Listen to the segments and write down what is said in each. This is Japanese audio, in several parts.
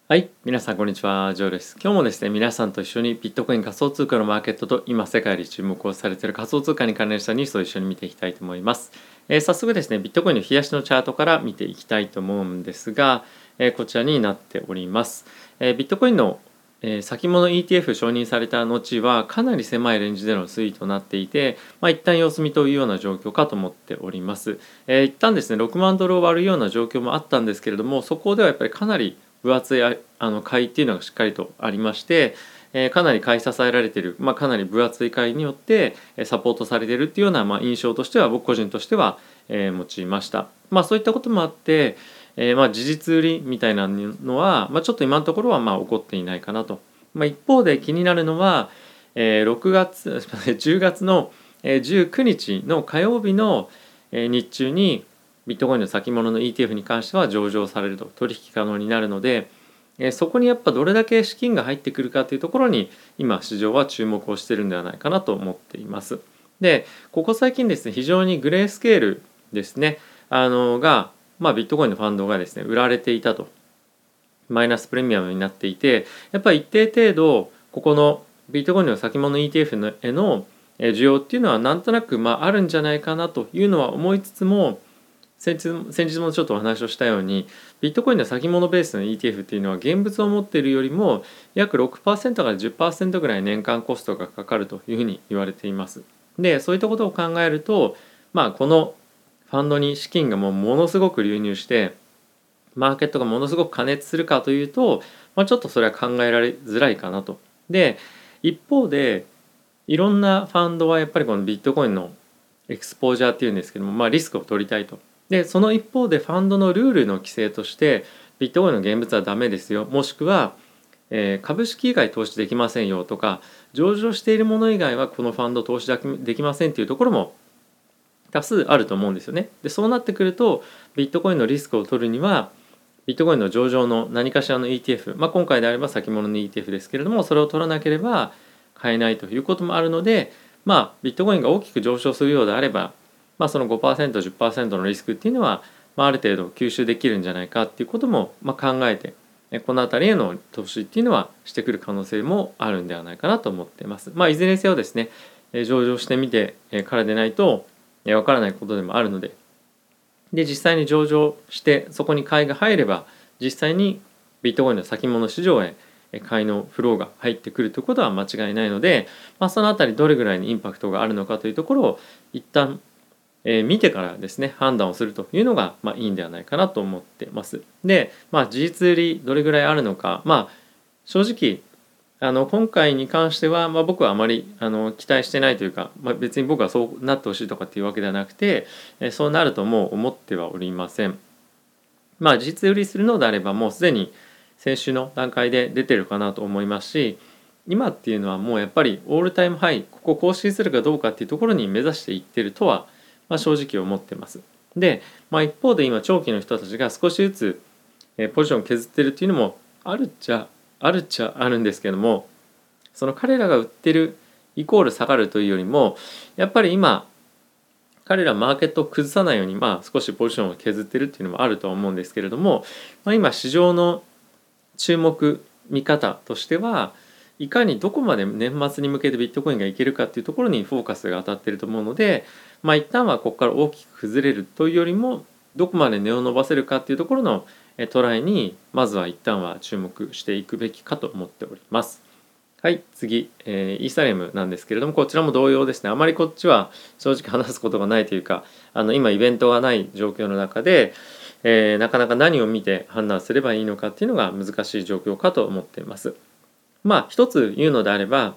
はい、皆さんこんにちは、ジョーです。今日もですね、皆さんと一緒にビットコイン仮想通貨のマーケットと今世界で注目をされている仮想通貨に関連したニュースを一緒に見ていきたいと思います。早速ですね、ビットコインの冷やしのチャートから見ていきたいと思うんですが、こちらになっております。ビットコインの先物 ETF 承認された後はかなり狭いレンジでの推移となっていて、一旦様子見というような状況かと思っております。一旦ですね6万ドルを割るような状況もあったんですけれども、そこではやっぱりかなり分厚い買いっていうのがしっかりとありまして、かなり買い支えられている、かなり分厚い買いによってサポートされているっていうような、印象としては僕個人としては、持ちました。そういったこともあって、事実売りみたいなのは、ちょっと今のところは起こっていないかなと。一方で気になるのは、6月10月の19日の火曜日の日中にビットコインの先物の ETF に関しては上場されると、取引可能になるので、そこにやっぱどれだけ資金が入ってくるかというところに今市場は注目をしているんではないかなと思っています。でここ最近ですね、非常にグレースケールですねが、ビットコインのファンドがですね売られていたと、マイナスプレミアムになっていて、やっぱり一定程度ここのビットコインの先物 ETF への需要っていうのはなんとなくあるんじゃないかなというのは思いつつも、先日もちょっとお話をしたように、ビットコインの先物ベースの ETF っていうのは現物を持っているよりも約 6% から 10% ぐらい年間コストがかかるというふうに言われています。でそういったことを考えると、このファンドに資金がものすごく流入してマーケットがものすごく過熱するかというと、ちょっとそれは考えられづらいかなと。で一方でいろんなファンドはやっぱりこのビットコインのエクスポージャーっていうんですけども、リスクを取りたいと。でその一方でファンドのルールの規制としてビットコインの現物はダメですよ、もしくは、株式以外投資できませんよとか、上場しているもの以外はこのファンド投資できませんっていうところも多数あると思うんですよね。でそうなってくるとビットコインのリスクを取るにはビットコインの上場の何かしらの ETF、今回であれば先物の ETF ですけれども、それを取らなければ買えないということもあるので、ビットコインが大きく上昇するようであれば、その 5%、10% のリスクっていうのは、ある程度吸収できるんじゃないかっていうことも考えて、この辺りへの投資っていうのはしてくる可能性もあるんではないかなと思っています。いずれにせよですね、上場してみてからでないとわからないことでもあるので、実際に上場してそこに買いが入れば実際にビットコインの先物市場へ買いのフローが入ってくるということは間違いないので、そのあたりどれぐらいにインパクトがあるのかというところを一旦見てからですね判断をするというのがいいんではないかなと思ってます。で、事実売りどれぐらいあるのか、正直今回に関しては、僕はあまり期待してないというか、別に僕はそうなってほしいとかっていうわけではなくて、そうなるともう思ってはおりません。事実売りするのであればもうすでに先週の段階で出てるかなと思いますし、今っていうのはもうやっぱりオールタイムハイ、ここ更新するかどうかっていうところに目指していってるとは、正直思ってます。で、一方で今長期の人たちが少しずつポジションを削ってるっていうのもあるんですけども、その彼らが売ってるイコール下がるというよりも、やっぱり今彼らマーケットを崩さないように、少しポジションを削ってるっていうのもあるとは思うんですけれども、今市場の注目見方としてはいかにどこまで年末に向けてビットコインがいけるかっていうところにフォーカスが当たっていると思うので、一旦はここから大きく崩れるというよりもどこまで値を伸ばせるかっていうところのトライにまずは一旦は注目していくべきかと思っております。はい、次、イーサリアムなんですけれども、こちらも同様ですね。あまりこっちは正直話すことがないというか、今イベントがない状況の中で、なかなか何を見て判断すればいいのかっていうのが難しい状況かと思っています。一つ言うのであれば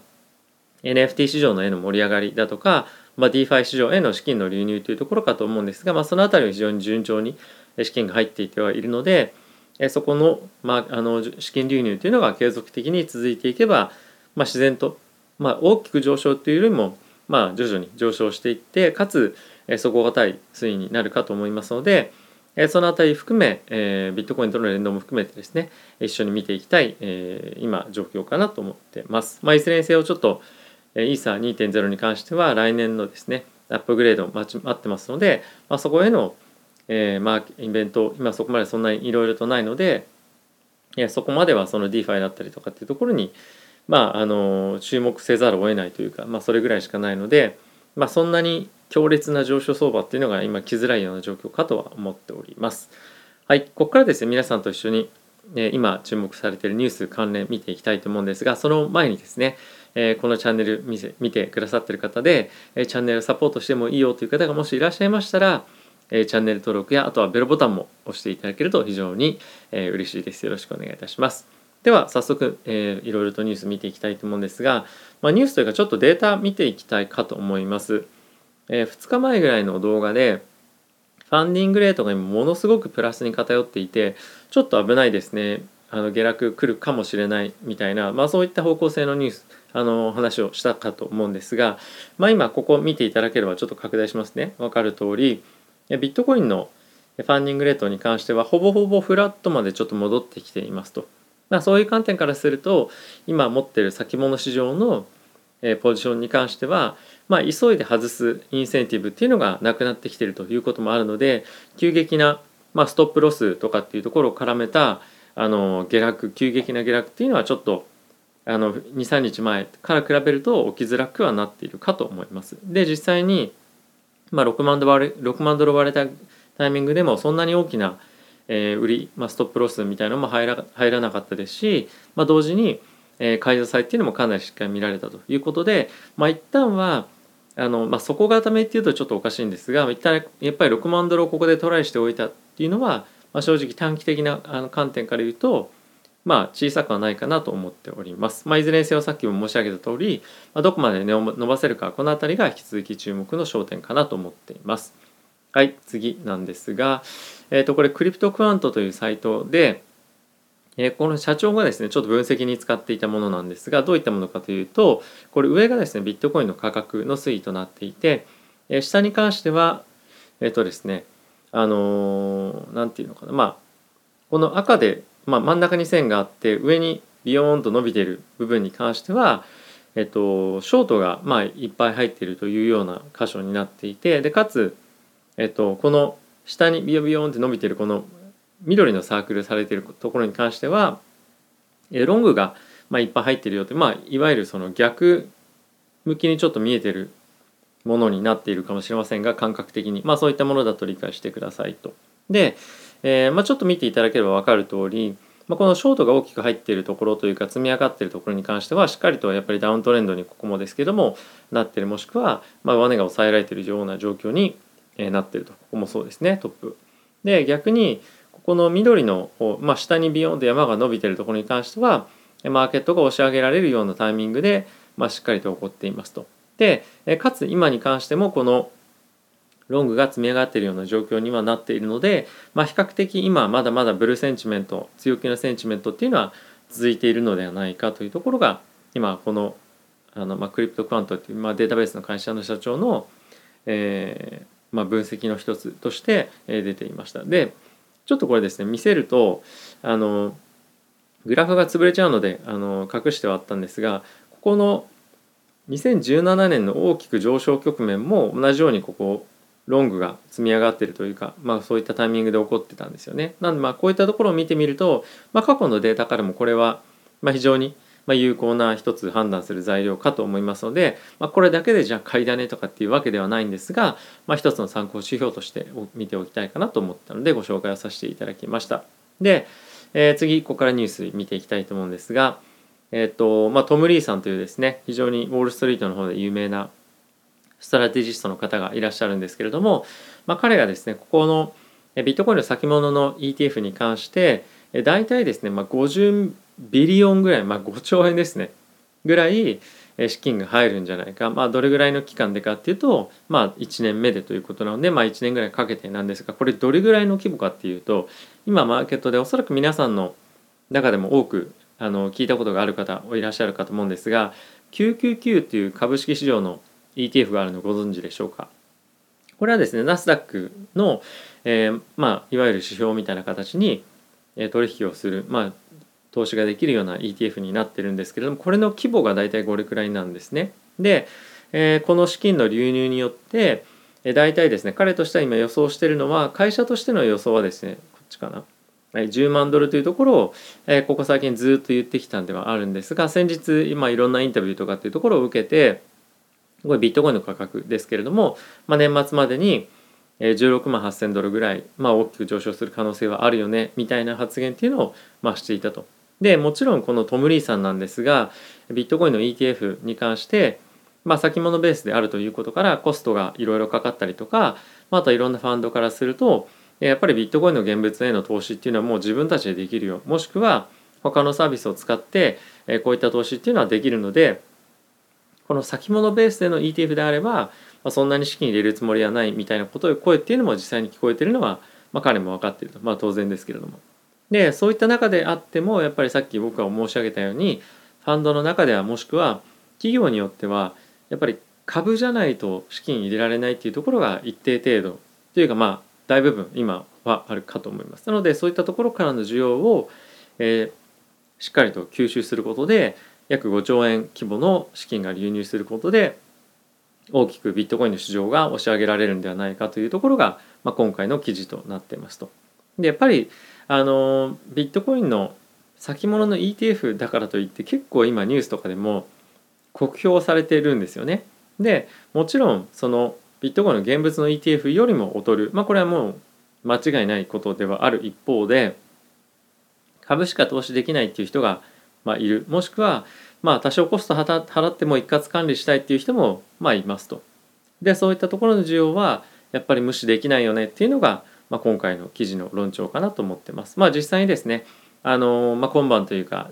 NFT 市場のへの盛り上がりだとか、DeFi 市場への資金の流入というところかと思うんですが、そのあたりは非常に順調に資金が入っていてはいるので、そこの、資金流入というのが継続的に続いていけば、自然と、大きく上昇というよりも、徐々に上昇していって、かつ底堅い推移になるかと思いますので、そのあたり含め、ビットコインとの連動も含めてですね、一緒に見ていきたい、今状況かなと思ってます。いずれにせよちょっとイーサー 2.0 に関しては来年のですねアップグレード待ってますので、そこへの、イベント今そこまでそんなにいろいろとないので、 そこまではその DeFi だったりとかっていうところに注目せざるを得ないというか、それぐらいしかないので、そんなに強烈な上昇相場っていうのが今来づらいような状況かとは思っております。はい、ここからですね皆さんと一緒に今注目されているニュース関連見ていきたいと思うんですが、その前にですねこのチャンネル見てくださっている方でチャンネルサポートしてもいいよという方がもしいらっしゃいましたら、チャンネル登録やあとはベルボタンも押していただけると非常に嬉しいです。よろしくお願いいたします。では早速いろいろとニュース見ていきたいと思うんですが、ニュースというかちょっとデータ見ていきたいかと思います。2日前ぐらいの動画でファンディングレートが今ものすごくプラスに偏っていてちょっと危ないですね、下落来るかもしれないみたいな、そういった方向性のニュース話をしたかと思うんですが、今ここ見ていただければちょっと拡大しますね。分かる通りビットコインのファンディングレートに関してはほぼほぼフラットまでちょっと戻ってきていますと。そういう観点からすると今持っている先物市場のポジションに関しては、急いで外すインセンティブっていうのがなくなってきているということもあるので、急激な、ストップロスとかっていうところを絡めた急激な下落っていうのはちょっと23日前から比べると起きづらくはなっているかと思います。で実際に、6万ドル割れたタイミングでもそんなに大きな売り、ストップロスみたいなのも入らなかったですし、同時に買い支えっていうのもかなりしっかり見られたということで、一旦は底固めっていうとちょっとおかしいんですが、一旦やっぱり6万ドルをここでトライしておいたっていうのは、正直短期的な観点から言うと小さくはないかなと思っております。いずれにせよさっきも申し上げた通り、どこまで伸ばせるか、この辺りが引き続き注目の焦点かなと思っています。はい、次なんですが、これクリプトクワントというサイトで、この社長がですねちょっと分析に使っていたものなんですが、どういったものかというと、これ上がですねビットコインの価格の推移となっていて、下に関してはですねなんていうのかな、この赤で、真ん中に線があって上にビヨーンと伸びている部分に関してはショートがいっぱい入っているというような箇所になっていて、でかつこの下にビヨビヨンって伸びているこの緑のサークルされているところに関してはロングがいっぱい入っているよって、いわゆるその逆向きにちょっと見えているものになっているかもしれませんが、感覚的にそういったものだと理解してくださいと。で、ちょっと見ていただければ分かる通り、このショートが大きく入っているところというか積み上がっているところに関してはしっかりとやっぱりダウントレンドにここもですけどもなっている、もしくは上値が抑えられているような状況になっていると。ここもそうですね、トップで。逆にここの緑の方、下にビヨンと山が伸びているところに関してはマーケットが押し上げられるようなタイミングで、しっかりと起こっていますと。でかつ今に関してもこのロングが積み上がっているような状況にはなっているので、比較的今まだまだブルーセンチメント、強気なセンチメントっていうのは続いているのではないかというところが今このクリプトクワントっていう、データベースの会社の社長の、分析の一つとして出ていました。でちょっとこれですね見せるとグラフが潰れちゃうので隠してはあったんですが、ここの2017年の大きく上昇局面も同じようにここロングが積み上がっているというか、そういったタイミングで起こってたんですよね。なのでこういったところを見てみると、過去のデータからもこれは非常に有効な一つ判断する材料かと思いますので、これだけでじゃあ買いだねとかっていうわけではないんですが、一つの参考指標として見ておきたいかなと思ったのでご紹介をさせていただきました。で、次ここからニュース見ていきたいと思うんですが、トム・リーさんというですね非常にウォール・ストリートの方で有名なストラテジストの方がいらっしゃるんですけれども、彼がですねここのビットコインの先物の ETF に関して大体ですね、50ビリオンぐらい、5兆円ですねぐらい資金が入るんじゃないか、どれぐらいの期間でかっていうと、1年目でということなので、1年ぐらいかけてなんですが、これどれぐらいの規模かっていうと、今マーケットでおそらく皆さんの中でも多く聞いたことがある方いらっしゃるかと思うんですが、999っていう株式市場の ETF があるのをご存知でしょうか。これはですねナスダックの、いわゆる指標みたいな形に取引をする、投資ができるような ETF になってるんですけれども、これの規模がだいたいこれくらいなんですね。で、この資金の流入によってだいたいですね彼としては今予想しているのは、会社としての予想はですねこっちかな、 10万ドルというところを、ここ最近ずっと言ってきたんではあるんですが、先日今いろんなインタビューとかっていうところを受けて、これビットコインの価格ですけれども、年末までに16万8000ドルぐらい、大きく上昇する可能性はあるよねみたいな発言っていうのを、していたと。でもちろんこのトム・リーさんなんですが、ビットコインの ETF に関して、先物ベースであるということからコストがいろいろかかったりとか、あとはいろんなファンドからするとやっぱりビットコインの現物への投資っていうのはもう自分たちでできるよ、もしくは他のサービスを使ってこういった投資っていうのはできるので、この先物ベースでの ETF であれば、そんなに資金入れるつもりはないみたいなことを声っていうのも実際に聞こえているのは、彼も分かっていると、当然ですけれども。でそういった中であってもやっぱりさっき僕が申し上げたように、ファンドの中ではもしくは企業によってはやっぱり株じゃないと資金入れられないっていうところが一定程度というか大部分今はあるかと思います。なのでそういったところからの需要を、しっかりと吸収することで約5兆円規模の資金が流入することで大きくビットコインの市場が押し上げられるんではないかというところが、今回の記事となっていますと。でやっぱりビットコインの先物の ETF だからといって結構今ニュースとかでも酷評されているんですよね。でもちろんそのビットコインの現物の ETF よりも劣る、これはもう間違いないことではある一方で、株しか投資できないっていう人がいる、もしくは多少コスト払っても一括管理したいっていう人もいますと。でそういったところの需要はやっぱり無視できないよねっていうのが、今回の記事の論調かなと思ってます。実際にですね今晩というか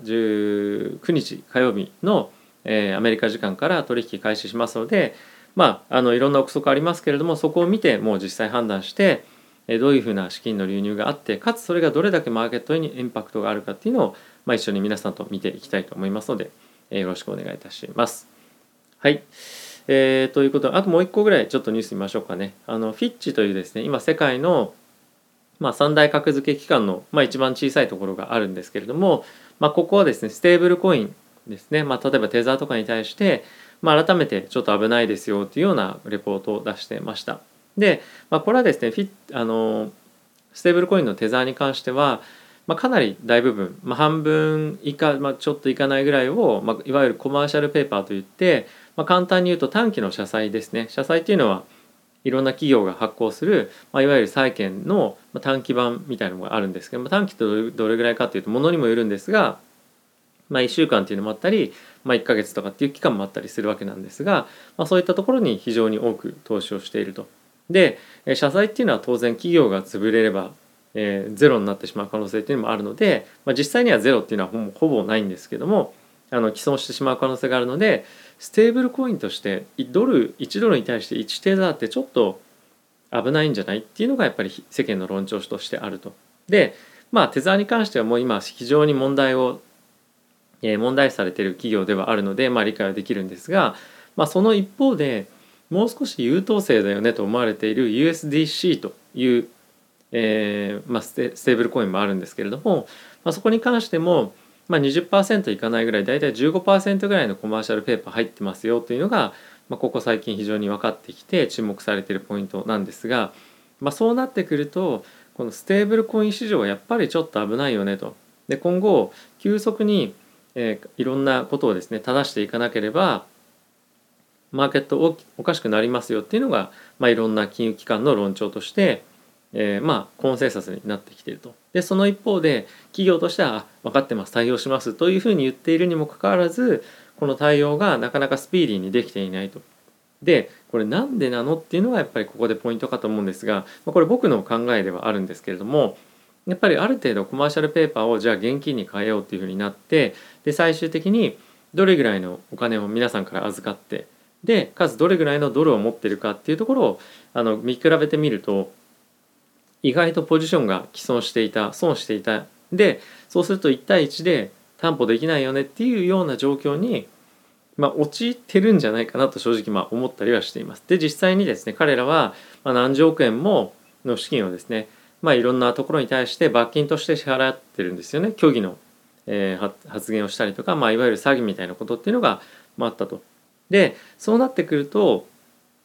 19日火曜日の、アメリカ時間から取引開始しますので、いろんな憶測ありますけれども、そこを見てもう実際判断してどういうふうな資金の流入があって、かつそれがどれだけマーケットにインパクトがあるかっていうのを、一緒に皆さんと見ていきたいと思いますので、よろしくお願いいたします。はい、ということで、あともう一個ぐらいちょっとニュース見ましょうかね。フィッチというですね、今世界の三大格付け機関の、一番小さいところがあるんですけれども、ここはですねステーブルコインですね、例えばテザーとかに対して、改めてちょっと危ないですよというようなレポートを出してました。で、これはですねステーブルコインのテザーに関しては、かなり大部分、半分以下、ちょっといかないぐらいを、いわゆるコマーシャルペーパーといって、簡単に言うと短期の社債ですね。社債っていうのはいろんな企業が発行する、いわゆる債券の短期版みたいなのがあるんですけど、短期とどれぐらいかというとものにもよるんですが、1週間っていうのもあったり、1ヶ月とかっていう期間もあったりするわけなんですが、そういったところに非常に多く投資をしていると。で社債っていうのは当然企業が潰れれば、ゼロになってしまう可能性っていうのもあるので、実際にはゼロっていうのはほぼないんですけども、既存してしまう可能性があるので、ステーブルコインとして1ドルに対して1テザーってちょっと危ないんじゃないっていうのがやっぱり世間の論調としてあると。でテザーに関してはもう今非常に問題視されている企業ではあるので、理解はできるんですが、その一方でもう少し優等生だよねと思われている USDC という、ステーブルコインもあるんですけれども、そこに関しても、20% いかないぐらい、だいたい 15% ぐらいのコマーシャルペーパー入ってますよというのが、ここ最近非常に分かってきて注目されているポイントなんですが、そうなってくるとこのステーブルコイン市場はやっぱりちょっと危ないよねと。で今後急速にいろんなことをですね正していかなければマーケットおかしくなりますよっていうのが、いろんな金融機関の論調として、コンセンサスになってきていると。でその一方で企業としては分かってます、対応しますというふうに言っているにもかかわらず、この対応がなかなかスピーディーにできていないと。でこれなんでなのっていうのがやっぱりここでポイントかと思うんですが、これ僕の考えではあるんですけれども、やっぱりある程度コマーシャルペーパーをじゃあ現金に変えようっていうふうになって、で最終的にどれぐらいのお金を皆さんから預かって、でかつどれぐらいのドルを持ってるかっていうところを見比べてみると、意外とポジションが既存していた、損していた、でそうすると1対1で担保できないよねっていうような状況に陥ってるんじゃないかなと正直思ったりはしています。で実際にですね彼らは何十億円もの資金をですねいろんなところに対して罰金として支払ってるんですよね。虚偽の、発言をしたりとか、いわゆる詐欺みたいなことっていうのがあったと。でそうなってくると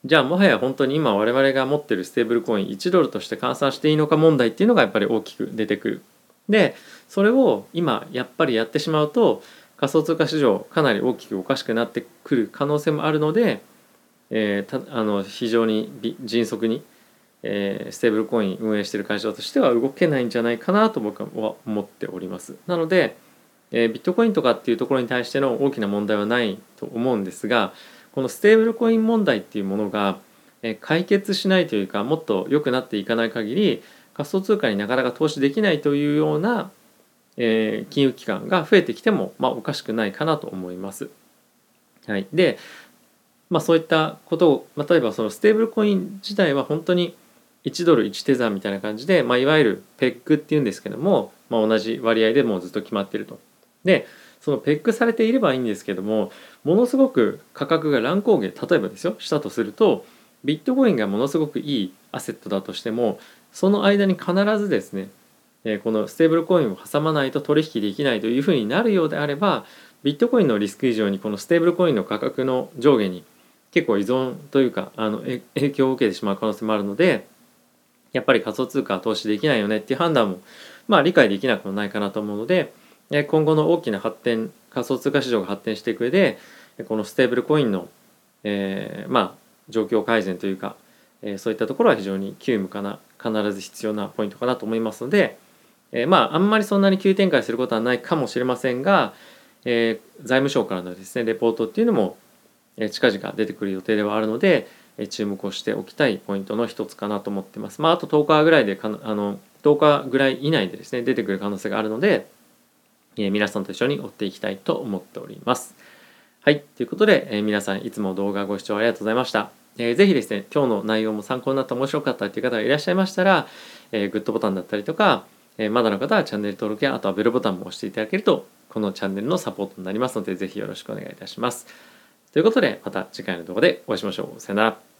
じゃあもはや本当に今我々が持ってるステーブルコイン1ドルとして換算していいのか問題っていうのがやっぱり大きく出てくる。でそれを今やっぱりやってしまうと仮想通貨市場かなり大きくおかしくなってくる可能性もあるので、非常に迅速に、ステーブルコイン運営している会社としては動けないんじゃないかなと僕は思っております。なので、ビットコインとかっていうところに対しての大きな問題はないと思うんですが、このステーブルコイン問題っていうものが解決しないというか、もっと良くなっていかない限り仮想通貨になかなか投資できないというような金融機関が増えてきてもおかしくないかなと思います。はい、で、そういったことを例えばそのステーブルコイン自体は本当に1ドル1テザーみたいな感じで、いわゆるペッグっていうんですけども、同じ割合でもうずっと決まっていると。でそのペッグされていればいいんですけども、ものすごく価格が乱高下、例えばですよしたとすると、ビットコインがものすごくいいアセットだとしても、その間に必ずですねこのステーブルコインを挟まないと取引できないというふうになるようであれば、ビットコインのリスク以上にこのステーブルコインの価格の上下に結構依存というか影響を受けてしまう可能性もあるので、やっぱり仮想通貨は投資できないよねっていう判断も理解できなくもないかなと思うので、今後の大きな発展、仮想通貨市場が発展していく上でこのステーブルコインの、状況改善というか、そういったところは非常に急務かな、必ず必要なポイントかなと思いますので、あんまりそんなに急展開することはないかもしれませんが、財務省からのですねレポートっていうのも近々出てくる予定ではあるので、注目をしておきたいポイントの一つかなと思ってます。あと10日ぐらいで10日ぐらい以内でですね出てくる可能性があるので、皆さんと一緒に追っていきたいと思っております。はい、ということで、皆さんいつも動画ご視聴ありがとうございました。ぜひですね今日の内容も参考になった、面白かったという方がいらっしゃいましたら、グッドボタンだったりとか、まだの方はチャンネル登録やあとはベルボタンも押していただけるとこのチャンネルのサポートになりますので、ぜひよろしくお願いいたします。ということでまた次回の動画でお会いしましょう。さよなら。